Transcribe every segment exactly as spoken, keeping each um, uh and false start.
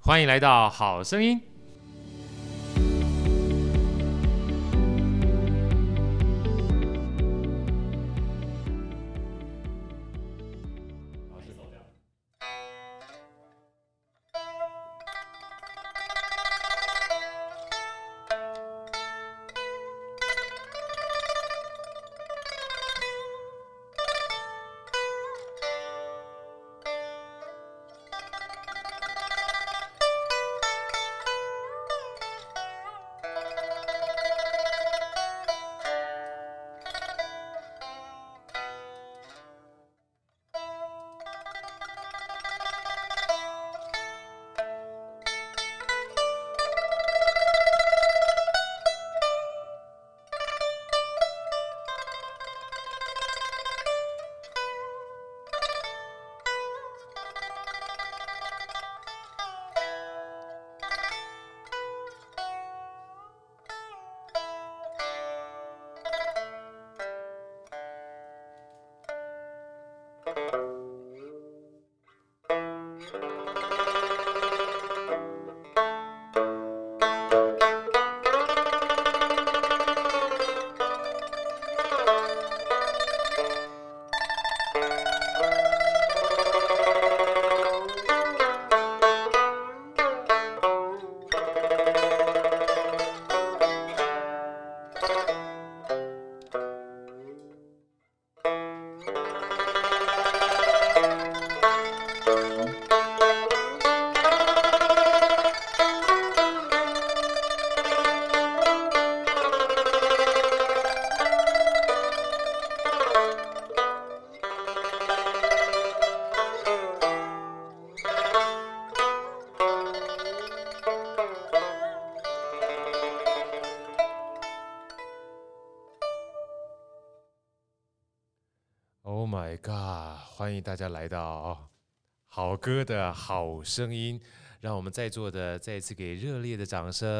欢迎来到好声音。Oh my god！ 欢迎大家来到好歌的好声音，让我们在座的再一次给热烈的掌声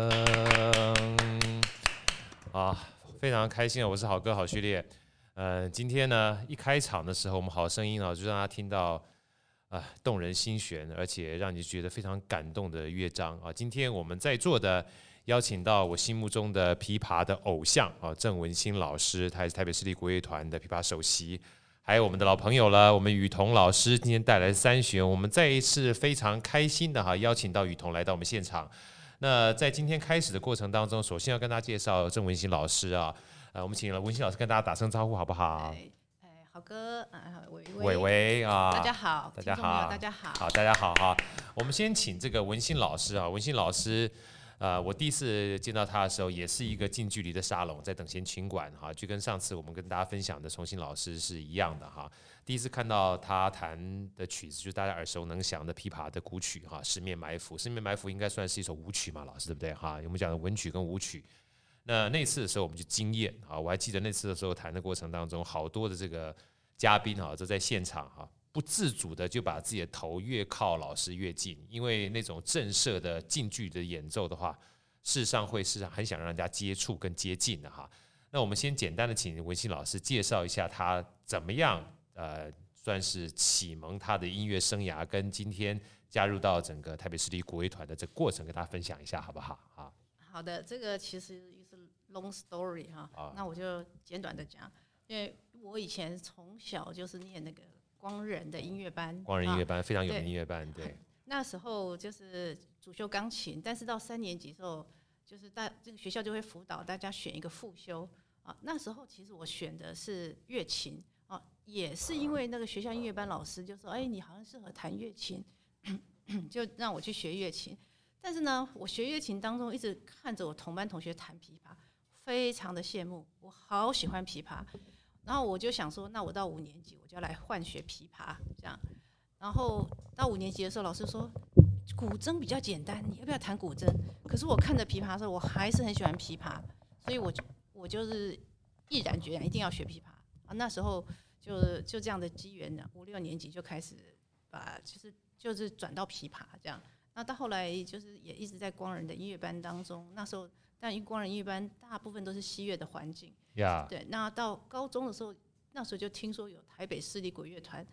啊！非常开心啊！我是好歌好序列。呃，今天呢，一开场的时候，我们好声音啊，就让大家听到啊、呃、动人心弦，而且让你觉得非常感动的乐章啊。今天我们在座的邀请到我心目中的琵琶的偶像啊，郑文新老师，他也是台北市立国乐团的琵琶首席，还有我们的老朋友了，我们雨桐老师今天带来三弦，我们再一次非常开心的哈邀请到雨桐来到我们现场。那在今天开始的过程当中，首先要跟大家介绍郑文新老师啊，呃，我们请了文新老师跟大家打声招呼好不好？ 哎哎，好哥，啊，伟伟伟啊， 大家好， 大家好， 大家好， 好，大家好哈。我们先请这个文新老师啊，文新老师。呃，我第一次见到他的时候，也是一个近距离的沙龙，在等闲琴馆哈，就跟上次我们跟大家分享的重新老师是一样的哈。第一次看到他弹的曲子，就是大家耳熟能详的琵琶的古曲哈，《十面埋伏》。《十面埋伏》应该算是一首舞曲嘛，老师对不对哈？我们讲的文曲跟舞曲。那那次的时候我们就惊艳啊，我还记得那次的时候弹的过程当中，好多的这个嘉宾哈都在现场哈。不自主的就把自己的头越靠老师越近，因为那种震慑的近距离的演奏的话，事实上会是很想让人家接触跟接近的哈。那我们先简单的请文新老师介绍一下他怎么样呃，算是启蒙他的音乐生涯，跟今天加入到整个台北市立国乐团的这个过程，跟大家分享一下好不好？啊， 好的，这个其实是 long story 哈、啊，那我就简短的讲，因为我以前从小就是念那个光仁的音乐班， 光仁音乐班、啊、非常有名的音乐班，对。 那时候就是主修钢琴，但是到三年级的时候，就是大这个学校就会辅导大家选一个副修啊。那时候其实我选的是乐琴啊，也是因为那个学校音乐班老师就说，哎，你好像适合弹乐琴，就让我去学乐琴。但是呢，我学乐琴当中一直看着我同班同学弹琵琶，非常的羡慕，我好喜欢琵琶。然后我就想说，那我到五年级我就要来换学琵琶，这样。然后到五年级的时候，老师说古筝比较简单，你要不要弹古筝？可是我看着琵琶的时候，我还是很喜欢琵琶，所以我就我就是毅然决然一定要学琵琶啊。那时候就就这样的机缘呢，五六年级就开始把就是就是转到琵琶这样。那到后来就是也一直在光仁的音乐班当中，那时候但因为光仁音乐班大部分都是西乐的环境。 Yeah. 对，那到高中的时候，那时候就听说有台北市立国乐团，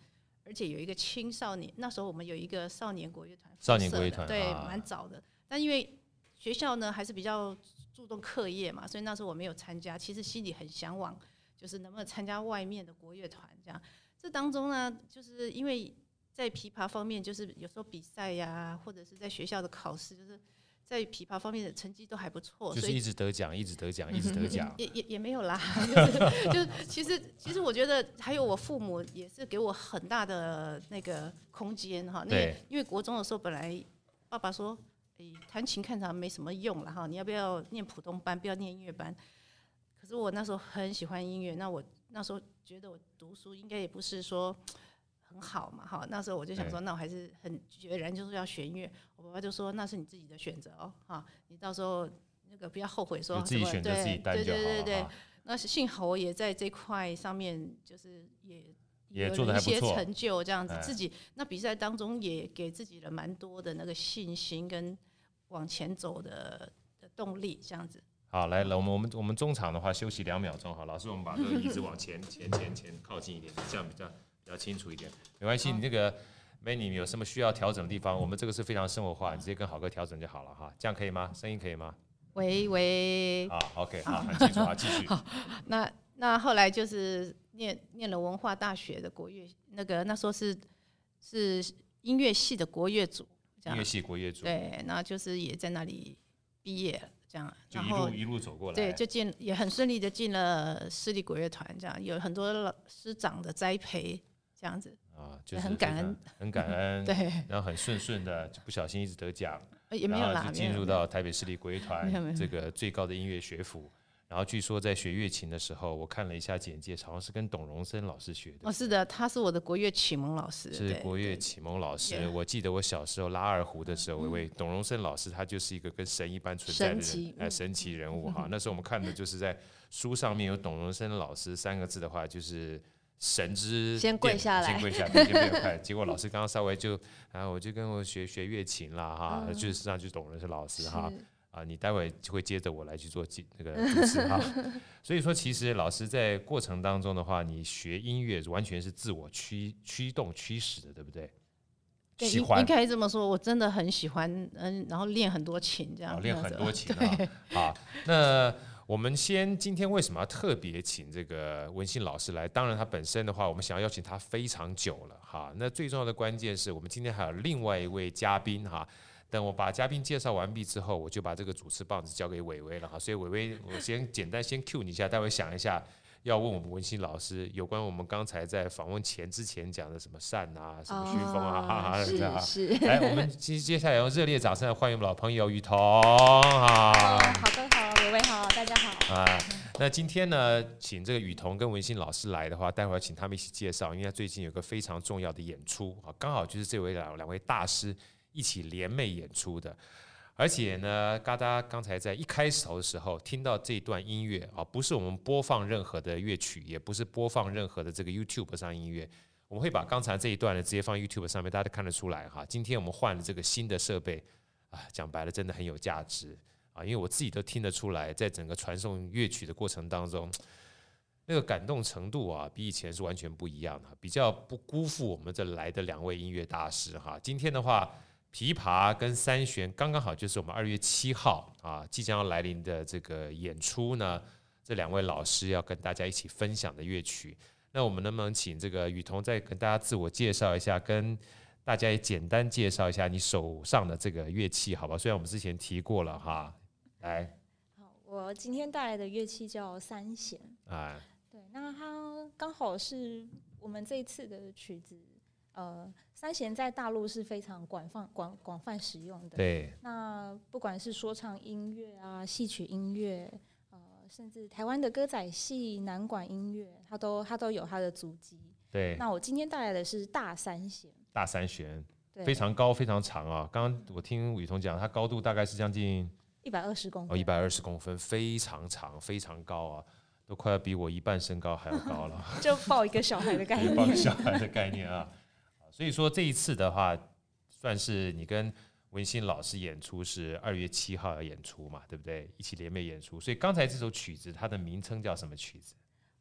而且有一个青少年，那时候我们有一个少年国乐团， 少年国乐团对， 啊蛮早的。但因为学校呢还是比较注重课业嘛，所以那时候我没有参加。其实心里很向往，就是能不能参加外面的国乐团这样。这当中呢，就是因为在琵琶方面，就是有时候比赛呀，或者是在学校的考试，就是在琵琶方面的成绩都还不错， 就是一直得奖，一直得奖，一直得奖。 也也也没有啦，就是就是其实其实我觉得还有我父母也是给我很大的那个空间哈。那个因为国中的时候，本来爸爸说，诶，弹琴看起来没什么用了哈，你要不要念普通班，不要念音乐班？可是我那时候很喜欢音乐，那我那时候觉得我读书应该也不是说很好嘛，哈，那时候我就想说，那我还是很决然就是要学音乐。我爸爸就说，那是你自己的选择哦，哈，你到时候那个不要后悔说自己选择自己担就好了。 对对对对，那幸好我也在这块上面就是也也做得还不错， 有一些成就这样子，自己那比赛当中也给自己了蛮多的那个信心跟往前走的的动力这样子。 好，来了，我们我们我们中场的话休息两秒钟，好，老师，我们把这个椅子往前前前前靠近一点，这样比较比较清楚一点。没关系，你那个 Manny 有什么需要调整的地方，我们这个是非常生活化，你直接跟好哥调整就好了哈，这样可以吗？声音可以吗？ 喂喂。 好 ，OK， 好，很清楚啊，继续。 好，那那后来就是念念了文化大学的国乐，那个那时候是是音乐系的国乐组， 音乐系国乐组， 对，那就是也在那里毕业了。这样， 就一路一路走过来， 对，就进也很顺利的进了私立国乐团，这样有很多师长的栽培，这样子啊，就是很感恩， 很感恩， 对， 然后很顺顺的，就不小心一直得奖， 也没有啦， 就进入到台北市立国乐团这个最高的音乐学府。然后据说在学乐琴的时候，我看了一下简介，好像是跟董荣生老师学的。 哦，是的，他是我的国乐启蒙老师。 是国乐启蒙老师。我记得我小时候拉二胡的时候，有一位董荣生老师，他就是一个跟神一般存在的人，哎，神奇人物哈。那时候我们看的就是在书上面有董荣生老师三个字的话，就是神之先跪下来， 先跪下，先跪快。结果老师刚刚稍微就啊，我就跟我学学乐琴啦哈，就实际上就是董荣生老师哈。啊，你待会就会接着我来去做那个主持哈，所以说其实老师在过程当中的话，你学音乐完全是自我驱驱动驱使的，对不对？ 对，喜欢应该这么说，我真的很喜欢，嗯，然后练很多琴这样， 哦、练很多琴啊。好，那我们先今天为什么要特别请这个文信老师来？当然他本身的话，我们想要邀请他非常久了哈。那最重要的关键是我们今天还有另外一位嘉宾哈。等我把嘉宾介绍完毕之后，我就把这个主持棒子交给伟伟了哈。所以伟伟，我先简单先 cue 你一下，待会想一下要问我们文心老师有关我们刚才在访问前之前讲的什么善啊、什么虚风啊，哈哈哈，是是。 来，我们接接下来用热烈掌声来欢迎我们老朋友雨桐啊。 好哥好，伟伟好，大家好。 啊，那今天呢，请这个雨桐跟文心老师来的话，待会儿请他们一起介绍，因为他最近有个非常重要的演出啊，刚好就是这位两两位大师一起联袂演出的，而且呢，大家刚才在一开头的时候听到这段音乐啊，不是我们播放任何的乐曲，也不是播放任何的这个 YouTube 上音乐，我们会把刚才这一段呢直接放 YouTube 上面，大家都看得出来哈。今天我们换了这个新的设备啊，讲白了真的很有价值啊，因为我自己都听得出来，在整个传送乐曲的过程当中，那个感动程度啊，比以前是完全不一样的，比较不辜负我们这来的两位音乐大师哈。今天的话，琵琶跟三弦刚刚好就是我们二月七号啊即将要来临的这个演出呢，这两位老师要跟大家一起分享的乐曲。那我们能不能请这个雨桐再跟大家自我介绍一下，跟大家也简单介绍一下你手上的这个乐器，好吧？虽然我们之前提过了哈，来， 好，我今天带来的乐器叫三弦，哎，对，那它刚好是我们这一次的曲子。呃，三弦在大陆是非常广泛、广广泛使用的。 对。 那不管是说唱音乐啊、戏曲音乐，呃，甚至台湾的歌仔戏、南管音乐，它都它都有它的足迹。 对。 那我今天带来的是大三弦。 大三弦，非常高、非常长啊！刚刚我听雨桐讲，它高度大概是将近一百二十公分。 哦，一百二十公分，非常长、非常高啊！都快要比我一半身高还要高了。 就抱一个小孩的概念。 抱一个小孩的概念啊！所以说这一次的话，算是你跟文心老师演出是二月七号要演出嘛，对不对？一起联袂演出。所以刚才这首曲子它的名称叫什么曲子？ 呃，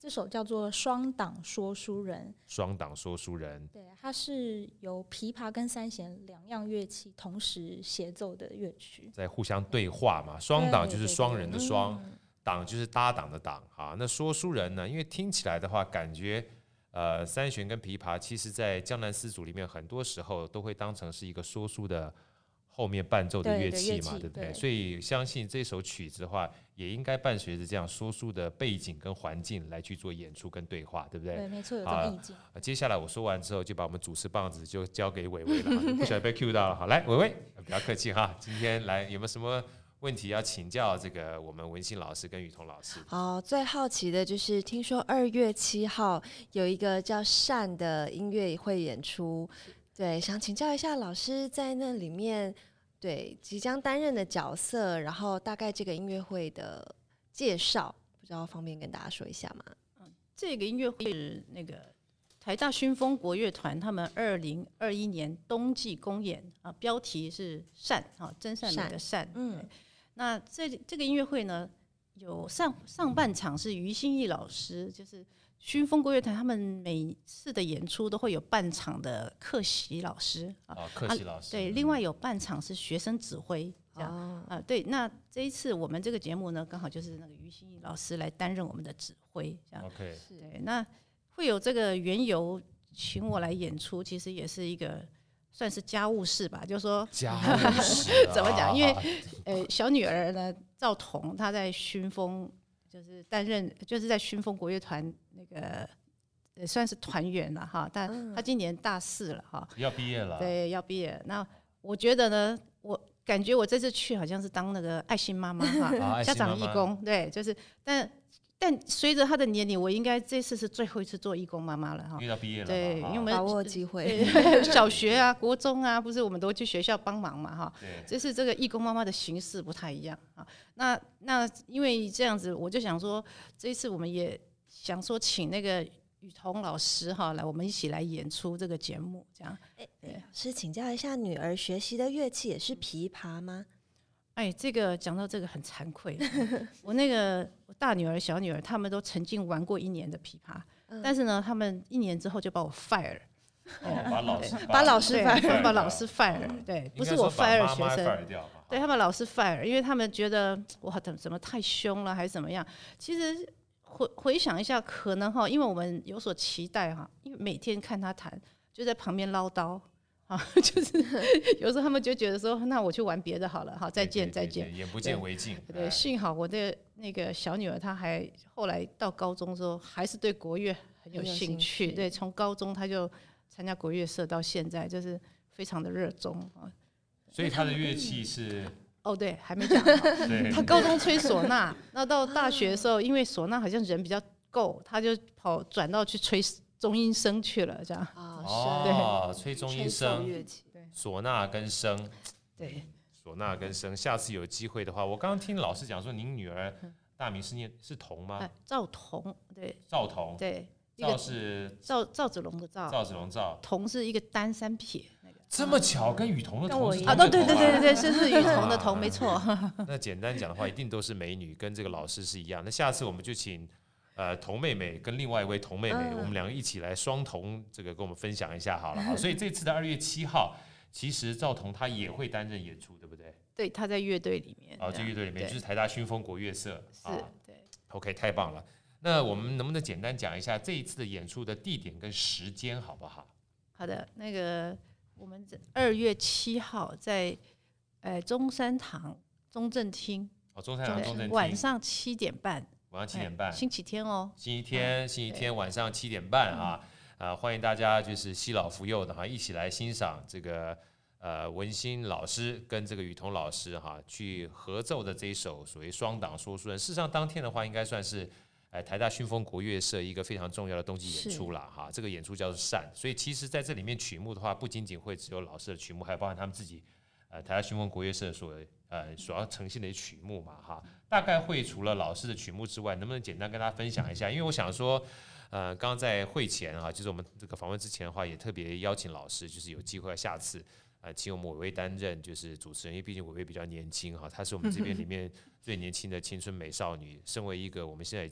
这首叫做《双档说书人》。 双档说书人， 对，它是由琵琶跟三弦两样乐器同时协奏的乐曲， 在互相对话嘛。双档就是双人的双，档就是搭档的档啊。那说书人呢？因为听起来的话，感觉呃三弦跟琵琶，其实在江南丝竹里面，很多时候都会当成是一个说书的后面伴奏的乐器嘛， 对, 对不对？对，所以相信这首曲子的话，也应该伴随着这样说书的背景跟环境来去做演出跟对话，对不对？ 对，没错，有这个意境。 接下来我说完之后，就把我们主持棒子就交给伟伟了，不小心被 Q 到了。好，来，伟伟，不要客气哈。今天来有没有什么问题要请教这个我们文馨老师跟雨桐老师？ 哦，最好奇的就是听说二月七号有一个叫善的音乐会演出。对，想请教一下老师在那里面对即将担任的角色，然后大概这个音乐会的介绍，不知道方便跟大家说一下吗？ 嗯，这个音乐会是那个台大熏风国乐团他们二零二一年冬季公演啊，标题是善啊，真善美的善。嗯，那这这个音乐会呢，有上上半场是于心义老师，就是熏风国乐团他们每次的演出都会有半场的客席老师啊， 哦，客席老师、 啊、对，另外有半场是学生指挥这样、哦、啊，对，那这一次我们这个节目呢，刚好就是那个于心义老师来担任我们的指挥这样。 OK， 对，那会有这个缘由请我来演出，其实也是一个算是家务事吧，就是说家务事、啊、 怎么讲？因为呃，小女儿呢，赵彤，她在熏风。就是担任，就是在熏风国乐团那个，也算是团员了哈。但他今年大四了哈， 要毕业了。 对，要毕业。那我觉得呢，我感觉我这次去好像是当那个爱心妈妈哈，家长义工。对，就是，但但随着他的年龄，我应该这次是最后一次做义工妈妈了哈。 因为要毕业了， 对，因为我们把握机会， 小学啊、国中啊，不是我们都去学校帮忙嘛哈。这是这个义工妈妈的形式不太一样啊。那那因为这样子，我就想说，这一次我们也想说请那个雨桐老师哈来，我们一起来演出这个节目，这样。 哎，老师请教一下，女儿学习的乐器也是琵琶吗？ 哎，这个讲到这个很惭愧，我那个我大女儿、小女儿，他们都曾经玩过一年的琵琶，嗯、但是呢，他们一年之后就把我 fire， 哦、把老师把老师 fire， 把老师 fire， 对，不是我 fire 学生，对他们老师 fire， 因为他们觉得我怎么怎么太凶了，还是怎么样？其实回回想一下，可能哈，因为我们有所期待哈，因为每天看他弹，就在旁边唠叨。啊，就是有时候他们就觉得说，那我去玩别的好了，好，再见， 对对对对， 再见， 眼不见为净。 对，对，幸好我的那个小女儿，她还后来到高中之后，还是对国乐很有兴趣。对，从高中她就参加国乐社，到现在就是非常的热衷啊。 所以她的乐器是？ 哦，对，还没讲。她高中吹唢呐，那到大学的时候，因为唢呐好像人比较够，她就跑转到去吹中音声去了，这样。 哦，吹中音声，唢呐跟笙， 对， 唢呐跟笙。下次有机会的话，我刚刚听老师讲说，您女儿大名是念是童吗？ 赵彤，对， 赵彤， 对， 赵是赵赵子龙的赵， 赵子龙赵， 彤是一个单三撇，那个这么巧，跟雨桐的桐是啊，对对对对对，是是雨桐的桐，没错。 那简单讲的话，一定都是美女，跟这个老师是一样。那下次我们就请。呃，童妹妹跟另外一位童妹妹，嗯、我们两个一起来双童，这个跟我们分享一下好了。好，所以这次的二月七号，其实赵彤她也会担任演出，对不对？ 对，她在乐队里面。 哦，在乐队里面就是台大熏风国乐社。 是， 啊、 对。 OK， 太棒了。那我们能不能简单讲一下这一次的演出的地点跟时间，好不好？ 好的，那个我们二月七号在呃中山堂中正厅。 哦，中山堂中正厅。 晚上七点半。 晚上七点半， 星期天哦， 星期天，星期天晚上七点半啊，啊，欢迎大家就是西老福幼的哈，一起来欣赏这个呃文馨老师跟这个雨桐老师哈去合奏的这一首所谓双档说书人。事实上，当天的话应该算是呃台大熏风国乐社一个非常重要的冬季演出啦哈。这个演出叫做善，所以其实在这里面曲目的话，不仅仅会只有老师的曲目，还包含他们自己呃台大熏风国乐社所呃所要呈现的曲目嘛哈。大概会除了老师的曲目之外，能不能简单跟大家分享一下？因为我想说，呃，刚刚在会前啊，就是我们这个访问之前的话，也特别邀请老师，就是有机会下次呃，请我们伟伟担任就是主持人，因为毕竟伟伟比较年轻哈，她是我们这边里面最年轻的青春美少女。身为一个我们现在已经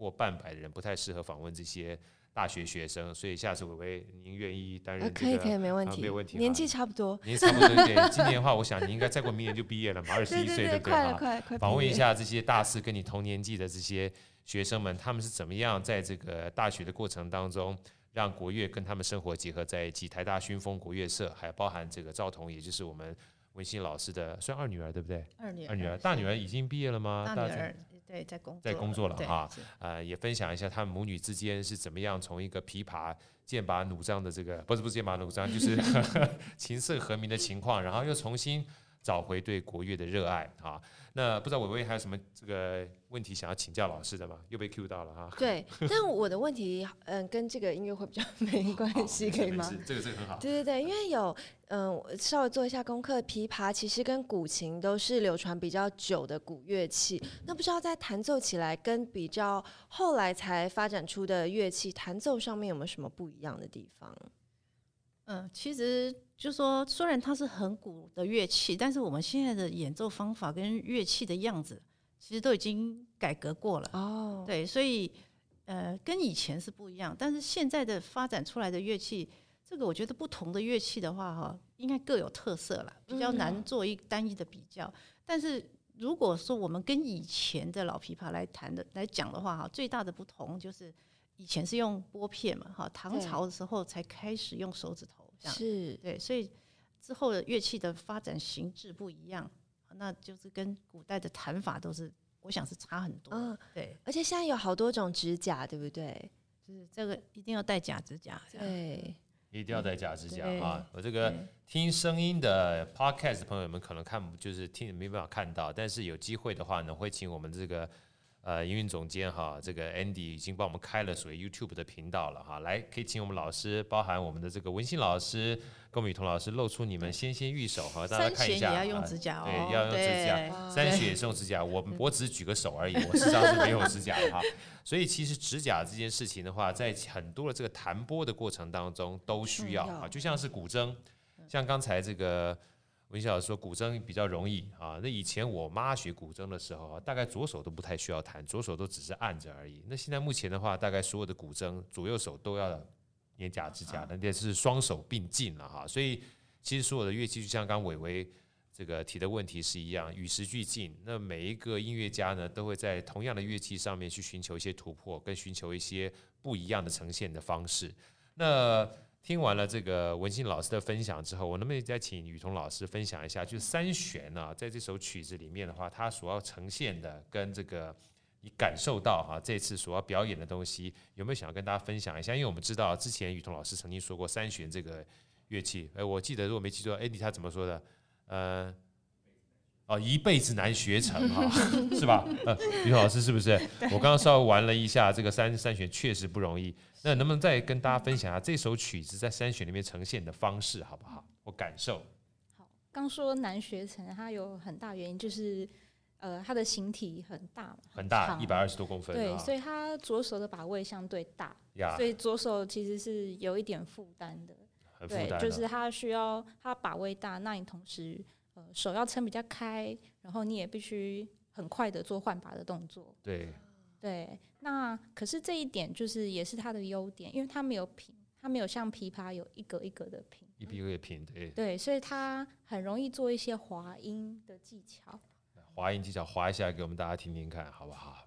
过半百的人，不太适合访问这些大学学生，所以下次伟伟您愿意担任、这个呃、可以可以没问题、 啊、没有问题， 年纪差不多， 年纪差不多对。今年的话，我想你应该再过明年就毕业了嘛，二十一岁对不对？ 快了快了快！ 访问一下这些大四跟你同年纪的这些学生们，他们是怎么样在这个大学的过程当中，让国乐跟他们生活结合在一起。台大熏风国乐社，还包含这个赵彤，也就是我们文心老师的算二女儿对不对？ 二女儿， 二女儿，大女儿已经毕业了吗？ 大女儿对在工作在工作了哈。呃，也分享一下他们母女之间是怎么样从一个琵琶剑拔弩张的这个不是不是剑拔弩张，就是琴瑟和鸣的情况，然后又重新找回对国乐的热爱啊。那不知道伟伟还有什么这个问题想要请教老师的吗？又被 Q 到了哈。 对，但我的问题嗯跟这个音乐会比较没关系，可以吗？ 这个这个很好。 对对对，因为有嗯稍微做一下功课，琵琶其实跟古琴都是流传比较久的古乐器。那不知道在弹奏起来跟比较后来才发展出的乐器弹奏上面有没有什么不一样的地方？ 嗯，其实就说虽然它是很古的乐器，但是我们现在的演奏方法跟乐器的样子其实都已经改革过了哦。对，所以呃跟以前是不一样，但是现在的发展出来的乐器，这个我觉得不同的乐器的话哈，应该各有特色啦，比较难做一单一的比较。嗯、但是如果说我们跟以前的老琵琶来谈的来讲的话哈，最大的不同就是以前是用拨片嘛哈，唐朝的时候才开始用手指头。 是对，所以之后的乐器的发展形制不一样，那就是跟古代的弹法都是，我想是差很多。嗯，对。 而且现在有好多种指甲，对不对？ 就是这个一定要戴假指甲。 对， 一定要戴假指甲啊！我这个听声音的 podcast 的朋友们可能看就是听没办法看到，但是有机会的话呢，会请我们这个。呃，营运总监哈，这个 Andy 已经帮我们开了属于 YouTube 的频道了哈，来可以请我们老师，包含我们的这个文心老师跟我们雨桐老师，露出你们纤纤玉手哈，大家看一下。 三弦也要用指甲哦， 对，要用指甲。三弦也是用指甲，我我只是举个手而已，我实际上是没有指甲的哈。所以其实指甲这件事情的话，在很多的这个弹拨的过程当中都需要啊，就像是古筝，像刚才这个。文心老师说古筝比较容易啊，那以前我妈学古筝的时候，大概左手都不太需要弹，左手都只是按着而已。那现在目前的话，大概所有的古筝左右手都要粘假指甲，那也是双手并进了哈。所以其实所有的乐器，就像刚伟伟这个提的问题是一样，与时俱进。那每一个音乐家呢，都会在同样的乐器上面去寻求一些突破，跟寻求一些不一样的呈现的方式。那听完了这个文心老师的分享之后，我能不能再请雨桐老师分享一下，就是三弦呢、啊，在这首曲子里面的话，它所要呈现的跟这个你感受到哈、啊，这次所要表演的东西，有没有想要跟大家分享一下？因为我们知道之前雨桐老师曾经说过三弦这个乐器，哎，我记得如果没记错 ，Andy 他怎么说的？呃。哦，一辈子难学成哈，是吧？呃，雨桐老师是不是？我刚刚稍微玩了一下，这个三三弦确实不容易。那能不能再跟大家分享一下这首曲子在三弦里面呈现的方式，好不好？我感受。 好，刚说难学成，它有很大原因就是，呃，它的形体很大， 很大，一百二十多公分。 对，所以它左手的把位相对大，所以左手其实是有一点负担的。 很负担。 对，就是它需要它把位大，那你同时。呃，手要撑比较开，然后你也必须很快的做换把的动作。 对， 对。那可是这一点就是也是它的优点，因为它没有平，它没有像琵琶有一格一格的平， 一格一格平，对。 对，所以它很容易做一些滑音的技巧。 滑音技巧，滑一下给我们大家听听看，好不好？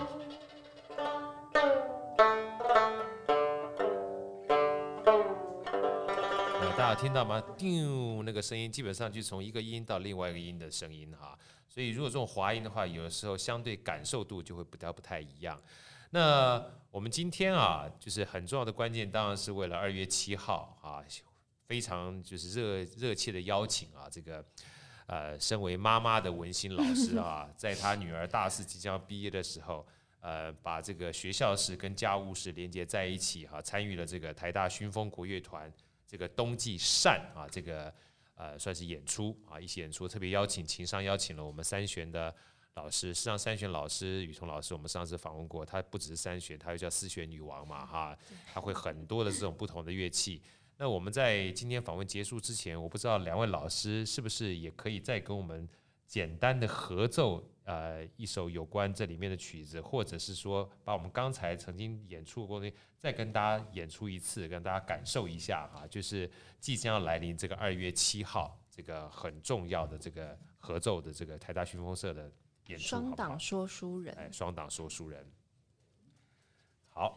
大家听到吗？丢那个声音，基本上就从一个音到另外一个音的声音哈。所以如果这种滑音的话，有的时候相对感受度就会不太不太一样。那我们今天啊，就是很重要的关键，当然是为了二月七号啊，非常就是热热切的邀请啊，这个呃，身为妈妈的文心老师啊，在她女儿大四即将毕业的时候。呃，把这个学校式跟家务事连接在一起哈、啊，参与了这个台大熏风国乐团这个冬季扇啊，这个呃算是演出啊，一起演出，特别邀请情商邀请了我们三弦的老师，事实上三弦老师雨桐老师，我们上次访问过，他不只是三弦，他又叫四弦女王嘛哈，他会很多的这种不同的乐器。那我们在今天访问结束之前，我不知道两位老师是不是也可以再跟我们简单的合奏呃一首有关这里面的曲子，或者是说把我们刚才曾经演出过的再跟大家演出一次，跟大家感受一下哈，就是即将要来临这个二月七号这个很重要的这个合奏的这个台大熏风社的演出， 双档说书人， 哎，双档说书人，好。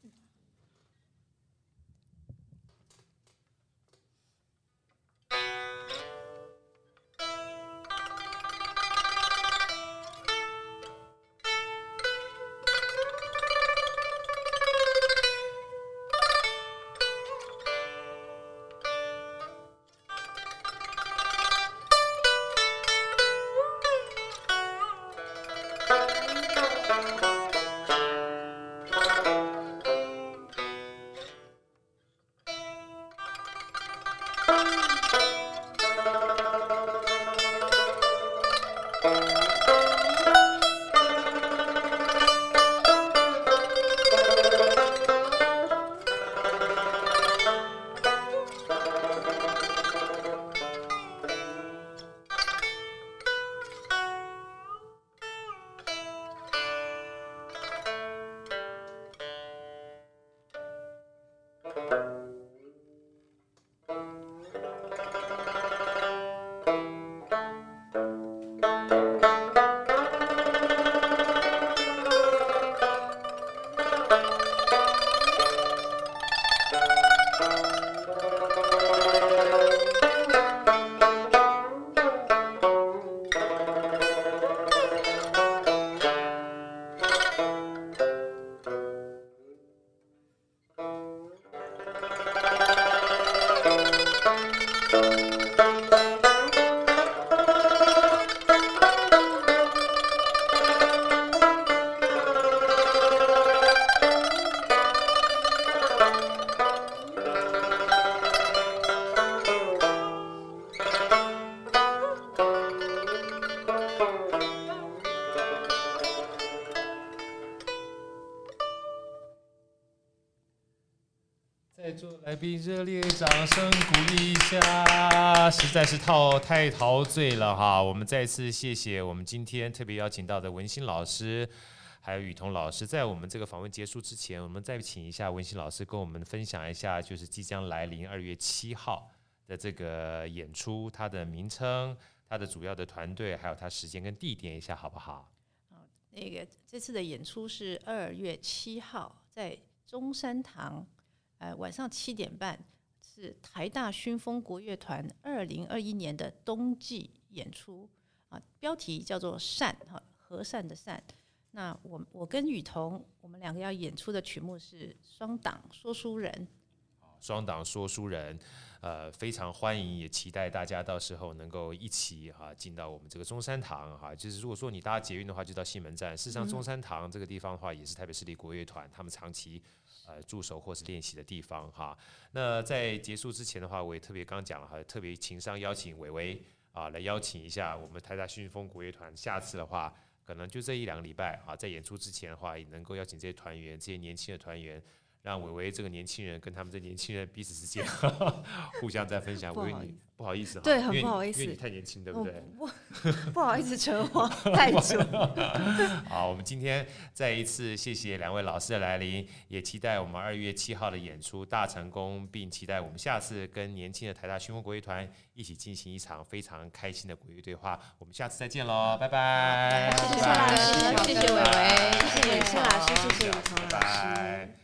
在座来宾热烈掌声鼓励一下，实在是套太陶醉了哈！我们再次谢谢我们今天特别邀请到的文馨老师，还有雨桐老师。在我们这个访问结束之前，我们再请一下文馨老师跟我们分享一下，就是即将来临二月七号的这个演出，它的名称、它的主要的团队，还有它时间跟地点一下，好不好？ 那个这次的演出是二月七号在中山堂。呃，晚上七点半是台大熏风国乐团二零二一年的冬季演出啊，标题叫做善哈，和善的善。那我我跟雨桐，我们两个要演出的曲目是双档说书人。 双档说书人，呃，非常欢迎，也期待大家到时候能够一起哈、啊、进到我们这个中山堂哈、啊。就是如果说你搭捷运的话，就到西门站。事实上，中山堂这个地方的话，也是台北市立国乐团他们长期呃驻守或是练习的地方哈。那在结束之前的话，我也特别刚讲了哈，特别情商邀请伟伟啊来邀请一下我们台大熏风国乐团。下次的话，可能就这一两个礼拜啊，在演出之前的话，也能够邀请这些团员，这些年轻的团员。让伟伟这个年轻人跟他们这年轻人彼此之间互相在分享。伟伟，你不好意思， 对，很不好意思， 因为你太年轻，对不对？ 不, 不好意思，扯谎太久。 好，我们今天再一次谢谢两位老师的来临，也期待我们二月七号的演出大成功，并期待我们下次跟年轻的台大熏风国乐团一起进行一场非常开心的国乐对话。我们下次再见喽，拜拜！ 谢谢夏老师，谢谢伟伟， 谢谢夏老师，谢谢雨桐老师。 拜拜。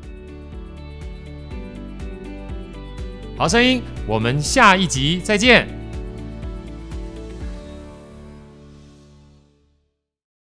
好声音，我们下一集再见。